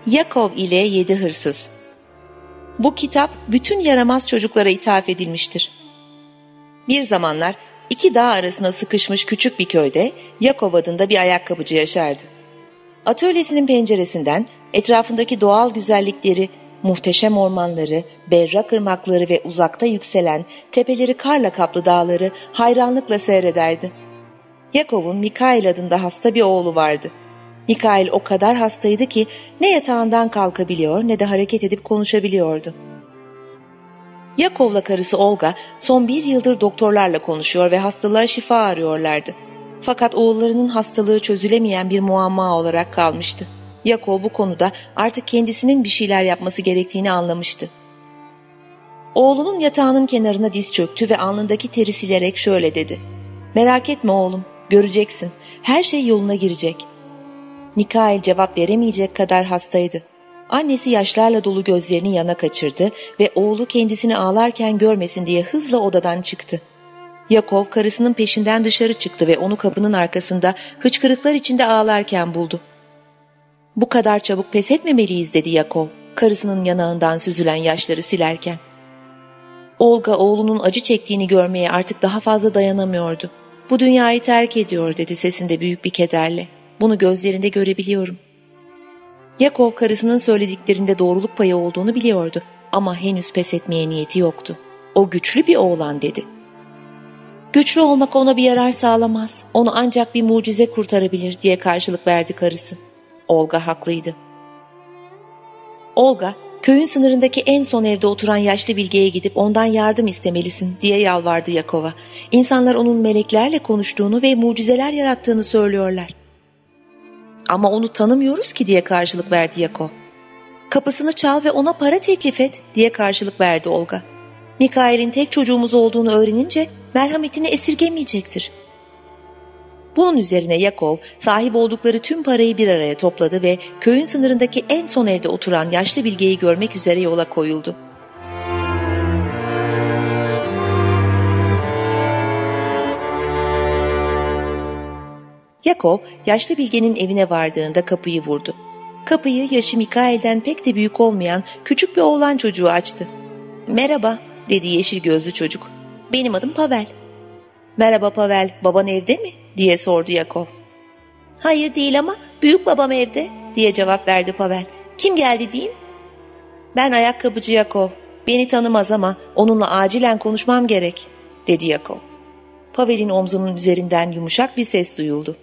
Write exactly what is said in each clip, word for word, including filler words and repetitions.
Yakov ile Yedi Hırsız. Bu kitap bütün yaramaz çocuklara ithaf edilmiştir. Bir zamanlar iki dağ arasına sıkışmış küçük bir köyde Yakov adında bir ayakkabıcı yaşardı. Atölyesinin penceresinden etrafındaki doğal güzellikleri, muhteşem ormanları, berrak ırmakları ve uzakta yükselen tepeleri karla kaplı dağları hayranlıkla seyrederdi. Yakov'un Mikail adında hasta bir oğlu vardı. Mikail o kadar hastaydı ki ne yatağından kalkabiliyor ne de hareket edip konuşabiliyordu. Yakov'la karısı Olga son bir yıldır doktorlarla konuşuyor ve hastalığa şifa arıyorlardı. Fakat oğullarının hastalığı çözülemeyen bir muamma olarak kalmıştı. Yakov bu konuda artık kendisinin bir şeyler yapması gerektiğini anlamıştı. Oğlunun yatağının kenarına diz çöktü ve alnındaki teri silerek şöyle dedi: "Merak etme oğlum, göreceksin. Her şey yoluna girecek." Mikail cevap veremeyecek kadar hastaydı. Annesi yaşlarla dolu gözlerini yana kaçırdı ve oğlu kendisini ağlarken görmesin diye hızla odadan çıktı. Yakov karısının peşinden dışarı çıktı ve onu kapının arkasında hıçkırıklar içinde ağlarken buldu. "Bu kadar çabuk pes etmemeliyiz," dedi Yakov, karısının yanağından süzülen yaşları silerken. Olga oğlunun acı çektiğini görmeye artık daha fazla dayanamıyordu. "Bu dünyayı terk ediyor," dedi sesinde büyük bir kederle. "Bunu gözlerinde görebiliyorum." Yakov karısının söylediklerinde doğruluk payı olduğunu biliyordu ama henüz pes etmeye niyeti yoktu. "O güçlü bir oğlan," dedi. "Güçlü olmak ona bir yarar sağlamaz. Onu ancak bir mucize kurtarabilir," diye karşılık verdi karısı. Olga haklıydı. Olga, "Köyün sınırındaki en son evde oturan yaşlı bilgeye gidip ondan yardım istemelisin," diye yalvardı Yakov'a. "İnsanlar onun meleklerle konuştuğunu ve mucizeler yarattığını söylüyorlar." "Ama onu tanımıyoruz ki," diye karşılık verdi Yakov. "Kapısını çal ve ona para teklif et," diye karşılık verdi Olga. "Mikail'in tek çocuğumuz olduğunu öğrenince merhametini esirgemeyecektir." Bunun üzerine Yakov sahip oldukları tüm parayı bir araya topladı ve köyün sınırındaki en son evde oturan yaşlı bilgeyi görmek üzere yola koyuldu. Yakov yaşlı bilgenin evine vardığında kapıyı vurdu. Kapıyı yaşı Mikail'den pek de büyük olmayan küçük bir oğlan çocuğu açtı. "Merhaba," dedi yeşil gözlü çocuk. "Benim adım Pavel." "Merhaba Pavel, baban evde mi?" diye sordu Yakov. "Hayır değil ama büyük babam evde," diye cevap verdi Pavel. "Kim geldi diyeyim?" "Ben ayakkabıcı Yakov. Beni tanımaz ama onunla acilen konuşmam gerek," dedi Yakov. Pavel'in omzunun üzerinden yumuşak bir ses duyuldu.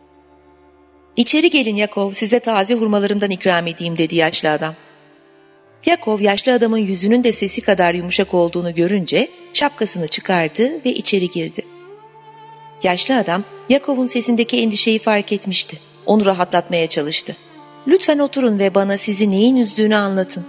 "İçeri gelin Yakov, size taze hurmalarımdan ikram edeyim," dedi yaşlı adam. Yakov yaşlı adamın yüzünün de sesi kadar yumuşak olduğunu görünce şapkasını çıkardı ve içeri girdi. Yaşlı adam Yakov'un sesindeki endişeyi fark etmişti. Onu rahatlatmaya çalıştı. "Lütfen oturun ve bana sizi neyin üzdüğünü anlatın."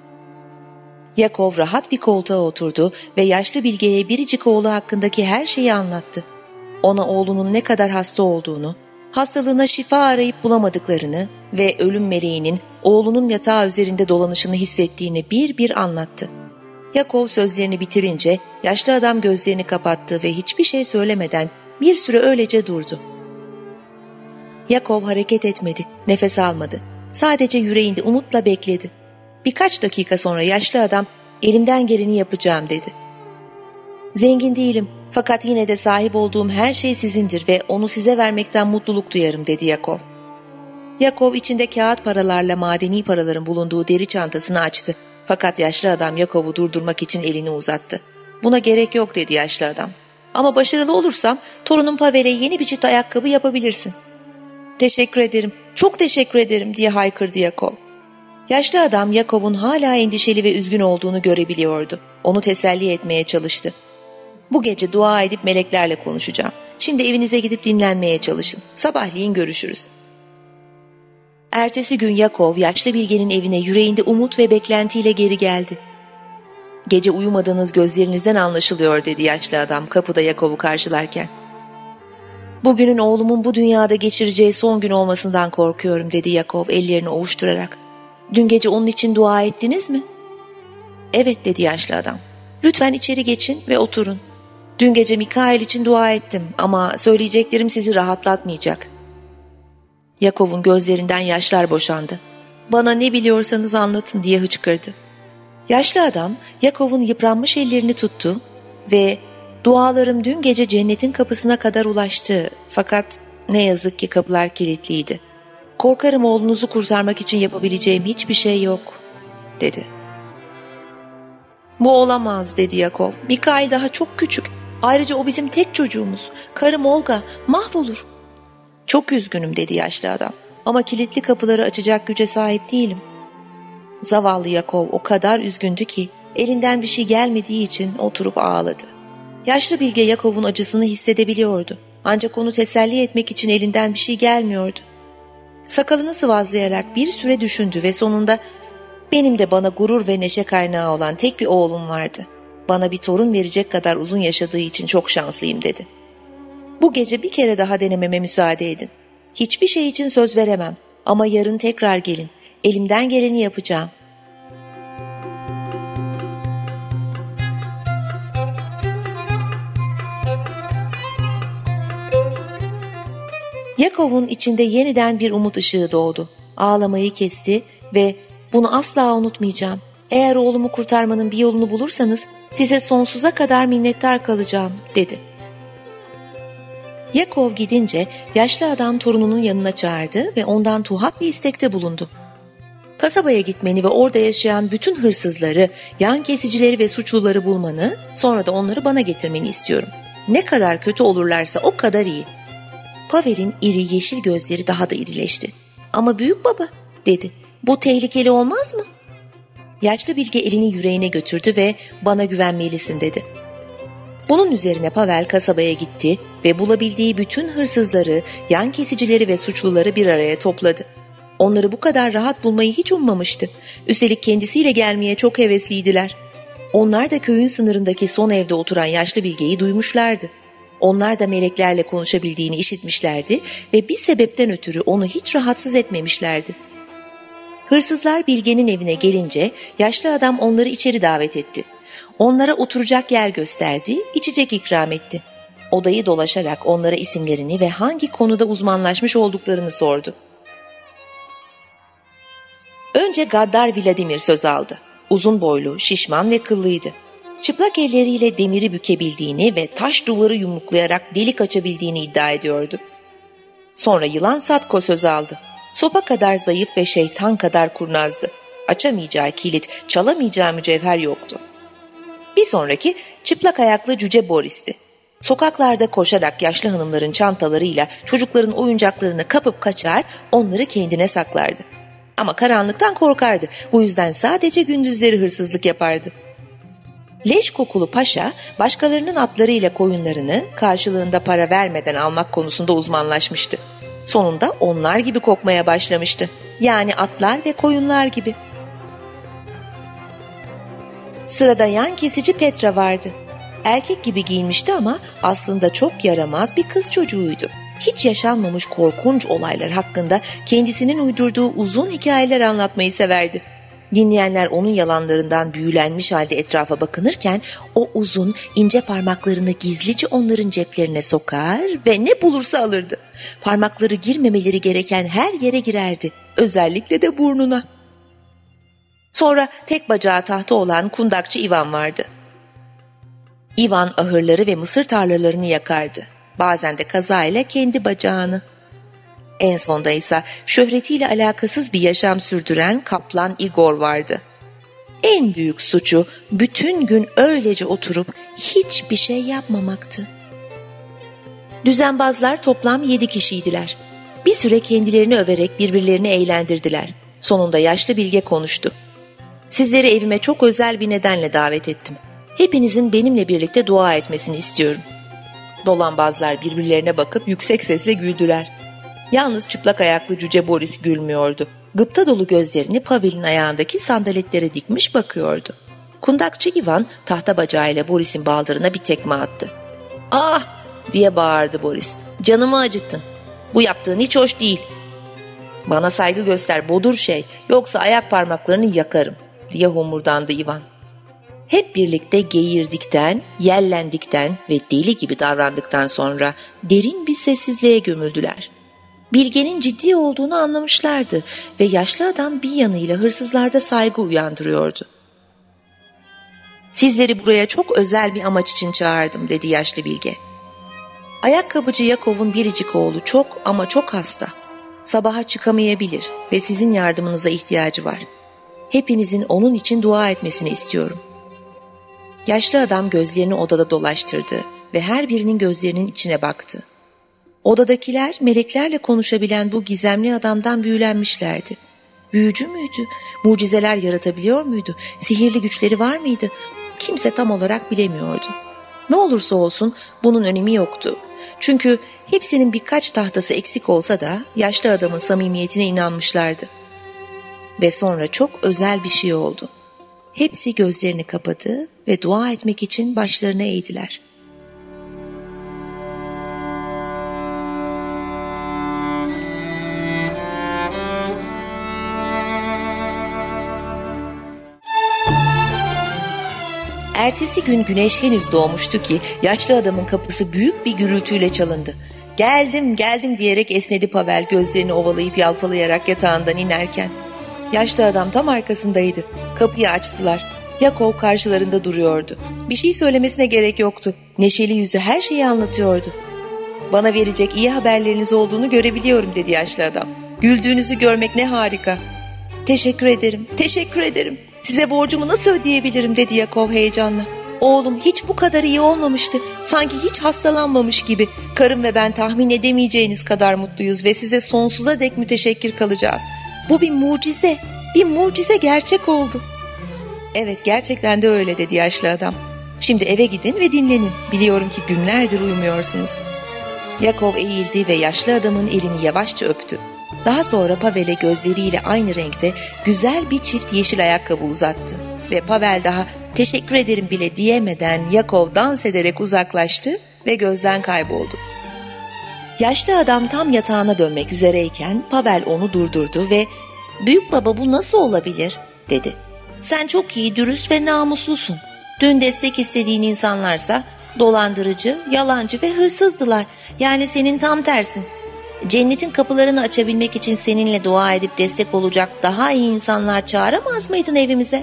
Yakov rahat bir koltuğa oturdu ve yaşlı bilgeye biricik oğlu hakkındaki her şeyi anlattı. Ona oğlunun ne kadar hasta olduğunu, hastalığına şifa arayıp bulamadıklarını ve ölüm meleğinin oğlunun yatağı üzerinde dolanışını hissettiğini bir bir anlattı. Yakov sözlerini bitirince yaşlı adam gözlerini kapattı ve hiçbir şey söylemeden bir süre öylece durdu. Yakov hareket etmedi, nefes almadı. Sadece yüreğinde umutla bekledi. Birkaç dakika sonra yaşlı adam, "Elimden geleni yapacağım," dedi. "Zengin değilim fakat yine de sahip olduğum her şey sizindir ve onu size vermekten mutluluk duyarım," dedi Yakov. Yakov içinde kağıt paralarla madeni paraların bulunduğu deri çantasını açtı. Fakat yaşlı adam Yakov'u durdurmak için elini uzattı. "Buna gerek yok," dedi yaşlı adam. "Ama başarılı olursam torunum Pavel'e yeni bir çift ayakkabı yapabilirsin." "Teşekkür ederim, çok teşekkür ederim," diye haykırdı Yakov. Yaşlı adam Yakov'un hala endişeli ve üzgün olduğunu görebiliyordu. Onu teselli etmeye çalıştı. "Bu gece dua edip meleklerle konuşacağım. Şimdi evinize gidip dinlenmeye çalışın. Sabahleyin görüşürüz." Ertesi gün Yakov yaşlı bilgenin evine yüreğinde umut ve beklentiyle geri geldi. "Gece uyumadığınız gözlerinizden anlaşılıyor," dedi yaşlı adam kapıda Yakov'u karşılarken. "Bugünün oğlumun bu dünyada geçireceği son gün olmasından korkuyorum," dedi Yakov ellerini ovuşturarak. "Dün gece onun için dua ettiniz mi?" "Evet," dedi yaşlı adam. "Lütfen içeri geçin ve oturun. Dün gece Mikail için dua ettim ama söyleyeceklerim sizi rahatlatmayacak." Yakov'un gözlerinden yaşlar boşandı. Bana ne biliyorsanız anlatın diye hıçkırdı. Yaşlı adam Yakov'un yıpranmış ellerini tuttu ve dualarım dün gece cennetin kapısına kadar ulaştı. Fakat ne yazık ki kapılar kilitliydi. Korkarım oğlunuzu kurtarmak için yapabileceğim hiçbir şey yok, dedi. Bu olamaz, dedi Yakov. Mikail daha çok küçük. Ayrıca o bizim tek çocuğumuz. Karım Olga mahvolur. Çok üzgünüm, dedi yaşlı adam. Ama kilitli kapıları açacak güce sahip değilim. Zavallı Yakov o kadar üzgündü ki elinden bir şey gelmediği için oturup ağladı. Yaşlı bilge Yakov'un acısını hissedebiliyordu. Ancak onu teselli etmek için elinden bir şey gelmiyordu. Sakalını sıvazlayarak bir süre düşündü ve sonunda "Benim de bana gurur ve neşe kaynağı olan tek bir oğlum vardı. Bana bir torun verecek kadar uzun yaşadığı için çok şanslıyım," dedi. "Bu gece bir kere daha denememe müsaade edin. Hiçbir şey için söz veremem ama yarın tekrar gelin. Elimden geleni yapacağım." Yakov'un içinde yeniden bir umut ışığı doğdu. Ağlamayı kesti ve "Bunu asla unutmayacağım. Eğer oğlumu kurtarmanın bir yolunu bulursanız size sonsuza kadar minnettar kalacağım," dedi. Yakov gidince yaşlı adam torununun yanına çağırdı ve ondan tuhaf bir istekte bulundu. "Kasabaya gitmeni ve orada yaşayan bütün hırsızları, yan kesicileri ve suçluları bulmanı, sonra da onları bana getirmeni istiyorum. Ne kadar kötü olurlarsa o kadar iyi." Pavel'in iri yeşil gözleri daha da irileşti. "Ama büyük baba," dedi, "bu tehlikeli olmaz mı?" Yaşlı bilge elini yüreğine götürdü ve "Bana güvenmelisin," dedi. Bunun üzerine Pavel kasabaya gitti ve bulabildiği bütün hırsızları, yan kesicileri ve suçluları bir araya topladı. Onları bu kadar rahat bulmayı hiç ummamıştı. Üstelik kendisiyle gelmeye çok hevesliydiler. Onlar da köyün sınırındaki son evde oturan yaşlı bilgeyi duymuşlardı. Onlar da meleklerle konuşabildiğini işitmişlerdi ve bir sebepten ötürü onu hiç rahatsız etmemişlerdi. Hırsızlar bilgenin evine gelince yaşlı adam onları içeri davet etti. Onlara oturacak yer gösterdi, içecek ikram etti. Odayı dolaşarak onlara isimlerini ve hangi konuda uzmanlaşmış olduklarını sordu. Önce gaddar Vladimir söz aldı. Uzun boylu, şişman ve kıllıydı. Çıplak elleriyle demiri bükebildiğini ve taş duvarı yumruklayarak delik açabildiğini iddia ediyordu. Sonra yılan Satko söz aldı. Sopa kadar zayıf ve şeytan kadar kurnazdı. Açamayacağı kilit, çalamayacağı mücevher yoktu. Bir sonraki çıplak ayaklı cüce Boris'ti. Sokaklarda koşarak yaşlı hanımların çantalarıyla çocukların oyuncaklarını kapıp kaçar, onları kendine saklardı. Ama karanlıktan korkardı. Bu yüzden sadece gündüzleri hırsızlık yapardı. Leş kokulu paşa başkalarının atlarıyla koyunlarını karşılığında para vermeden almak konusunda uzmanlaşmıştı. Sonunda onlar gibi kokmaya başlamıştı. Yani atlar ve koyunlar gibi. Sırada yan kesici Petra vardı. Erkek gibi giyinmişti ama aslında çok yaramaz bir kız çocuğuydu. Hiç yaşanmamış korkunç olaylar hakkında kendisinin uydurduğu uzun hikayeler anlatmayı severdi. Dinleyenler onun yalanlarından büyülenmiş halde etrafa bakınırken o uzun ince parmaklarını gizlice onların ceplerine sokar ve ne bulursa alırdı. Parmakları girmemeleri gereken her yere girerdi, özellikle de burnuna. Sonra tek bacağı tahta olan kundakçı Ivan vardı. Ivan ahırları ve mısır tarlalarını yakardı. Bazen de kazayla kendi bacağını. En sonda ise şöhretiyle alakasız bir yaşam sürdüren kaplan Igor vardı. En büyük suçu bütün gün öylece oturup hiçbir şey yapmamaktı. Düzenbazlar toplam yedi kişiydiler. Bir süre kendilerini överek birbirlerini eğlendirdiler. Sonunda yaşlı bilge konuştu. "Sizleri evime çok özel bir nedenle davet ettim. Hepinizin benimle birlikte dua etmesini istiyorum." Dolanbazlar birbirlerine bakıp yüksek sesle güldüler. Yalnız çıplak ayaklı cüce Boris gülmüyordu. Gıpta dolu gözlerini Pavel'in ayağındaki sandaletlere dikmiş bakıyordu. Kundakçı Ivan tahta bacağıyla Boris'in baldırına bir tekme attı. "Ah!" diye bağırdı Boris. "Canımı acıttın. Bu yaptığın hiç hoş değil." "Bana saygı göster bodur şey, yoksa ayak parmaklarını yakarım," diye homurdandı Ivan. Hep birlikte geğirdikten, yellendikten ve deli gibi davrandıktan sonra derin bir sessizliğe gömüldüler. Bilge'nin ciddi olduğunu anlamışlardı ve yaşlı adam bir yanıyla hırsızlarda saygı uyandırıyordu. "Sizleri buraya çok özel bir amaç için çağırdım," dedi yaşlı Bilge. "Ayakkabıcı Yakov'un biricik oğlu çok ama çok hasta. Sabaha çıkamayabilir ve sizin yardımınıza ihtiyacı var. Hepinizin onun için dua etmesini istiyorum." Yaşlı adam gözlerini odada dolaştırdı ve her birinin gözlerinin içine baktı. Odadakiler meleklerle konuşabilen bu gizemli adamdan büyülenmişlerdi. Büyücü müydü? Mucizeler yaratabiliyor muydu? Sihirli güçleri var mıydı? Kimse tam olarak bilemiyordu. Ne olursa olsun bunun önemi yoktu. Çünkü hepsinin birkaç tahtası eksik olsa da yaşlı adamın samimiyetine inanmışlardı. Ve sonra çok özel bir şey oldu. Hepsi gözlerini kapadı ve dua etmek için başlarını eğdiler. Ertesi gün güneş henüz doğmuştu ki yaşlı adamın kapısı büyük bir gürültüyle çalındı. "Geldim, geldim," diyerek esnedi Pavel gözlerini ovalayıp yalpalayarak yatağından inerken. Yaşlı adam tam arkasındaydı. Kapıyı açtılar. Yakov karşılarında duruyordu. Bir şey söylemesine gerek yoktu. Neşeli yüzü her şeyi anlatıyordu. "Bana verecek iyi haberleriniz olduğunu görebiliyorum," dedi yaşlı adam. "Güldüğünüzü görmek ne harika." "Teşekkür ederim, teşekkür ederim. Size borcumu nasıl ödeyebilirim?" dedi Yakov heyecanla. "Oğlum hiç bu kadar iyi olmamıştı. Sanki hiç hastalanmamış gibi. Karım ve ben tahmin edemeyeceğiniz kadar mutluyuz ve size sonsuza dek müteşekkir kalacağız. Bu bir mucize, bir mucize gerçek oldu." "Evet, gerçekten de öyle," dedi yaşlı adam. "Şimdi eve gidin ve dinlenin. Biliyorum ki günlerdir uyumuyorsunuz." Yakov eğildi ve yaşlı adamın elini yavaşça öptü. Daha sonra Pavel'e gözleriyle aynı renkte güzel bir çift yeşil ayakkabı uzattı. Ve Pavel daha "teşekkür ederim" bile diyemeden Yakov dans ederek uzaklaştı ve gözden kayboldu. Yaşlı adam tam yatağına dönmek üzereyken Pavel onu durdurdu ve "Büyük baba, bu nasıl olabilir?" dedi. "Sen çok iyi, dürüst ve namuslusun. Dün destek istediğin insanlarsa dolandırıcı, yalancı ve hırsızdılar. Yani senin tam tersin. Cennetin kapılarını açabilmek için seninle dua edip destek olacak daha iyi insanlar çağıramaz mıydın evimize?"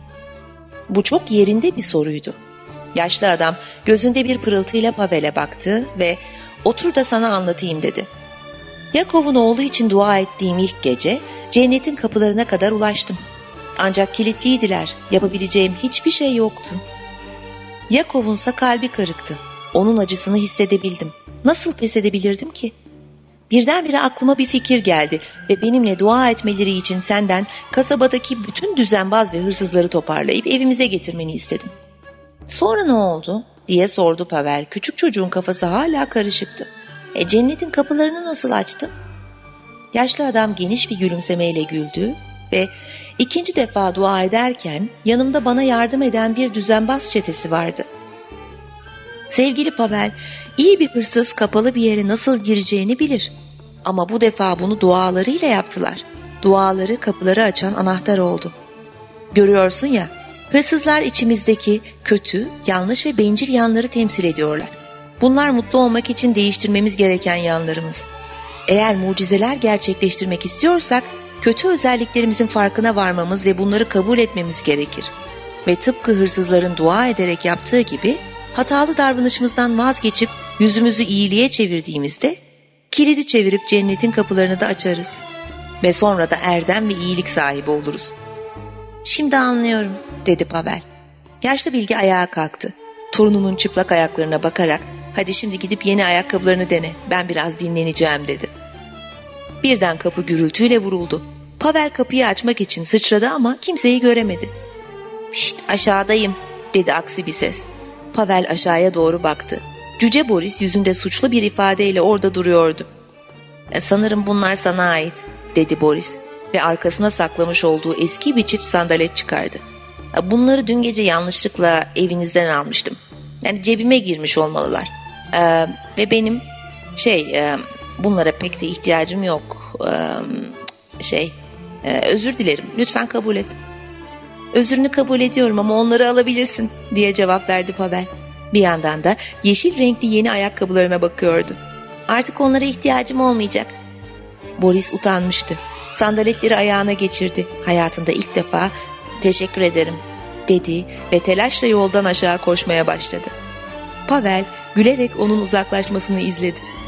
Bu çok yerinde bir soruydu. Yaşlı adam gözünde bir pırıltıyla Pavel'e baktı ve "Otur da sana anlatayım," dedi. "Yakov'un oğlu için dua ettiğim ilk gece cennetin kapılarına kadar ulaştım. Ancak kilitliydiler. Yapabileceğim hiçbir şey yoktu. Yakov'unsa kalbi kırıktı. Onun acısını hissedebildim. Nasıl pes edebilirdim ki? Birdenbire aklıma bir fikir geldi ve benimle dua etmeleri için senden kasabadaki bütün düzenbaz ve hırsızları toparlayıp evimize getirmeni istedim." "Sonra ne oldu?" diye sordu Pavel. Küçük çocuğun kafası hala karışıktı. "E cennetin kapılarını nasıl açtın?" Yaşlı adam geniş bir gülümsemeyle güldü ve ikinci defa dua ederken yanımda bana yardım eden bir düzenbaz çetesi vardı. "Sevgili Pavel, iyi bir hırsız kapalı bir yere nasıl gireceğini bilir. Ama bu defa bunu dualarıyla yaptılar. Duaları kapıları açan anahtar oldu. Görüyorsun ya, hırsızlar içimizdeki kötü, yanlış ve bencil yanları temsil ediyorlar. Bunlar mutlu olmak için değiştirmemiz gereken yanlarımız. Eğer mucizeler gerçekleştirmek istiyorsak, kötü özelliklerimizin farkına varmamız ve bunları kabul etmemiz gerekir. Ve tıpkı hırsızların dua ederek yaptığı gibi, hatalı davranışımızdan vazgeçip yüzümüzü iyiliğe çevirdiğimizde kilidi çevirip cennetin kapılarını da açarız. Ve sonra da erdem ve iyilik sahibi oluruz." "Şimdi anlıyorum," dedi Pavel. Yaşlı Bilge ayağa kalktı. Torununun çıplak ayaklarına bakarak "Hadi şimdi gidip yeni ayakkabılarını dene, ben biraz dinleneceğim," dedi. Birden kapı gürültüyle vuruldu. Pavel kapıyı açmak için sıçradı ama kimseyi göremedi. "Şşt, aşağıdayım," dedi aksi bir ses. Pavel aşağıya doğru baktı. Cüce Boris yüzünde suçlu bir ifadeyle orada duruyordu. E, "Sanırım bunlar sana ait," dedi Boris ve arkasına saklamış olduğu eski bir çift sandalet çıkardı. E, "Bunları dün gece yanlışlıkla evinizden almıştım. Yani cebime girmiş olmalılar. E, ve benim şey e, bunlara pek de ihtiyacım yok. E, şey e, özür dilerim, lütfen kabul et." "Özrünü kabul ediyorum ama onları alabilirsin," diye cevap verdi Pavel. Bir yandan da yeşil renkli yeni ayakkabılarına bakıyordu. "Artık onlara ihtiyacım olmayacak." Boris utanmıştı. Sandaletleri ayağına geçirdi. Hayatında ilk defa "Teşekkür ederim" dedi ve telaşla yoldan aşağı koşmaya başladı. Pavel gülerek onun uzaklaşmasını izledi.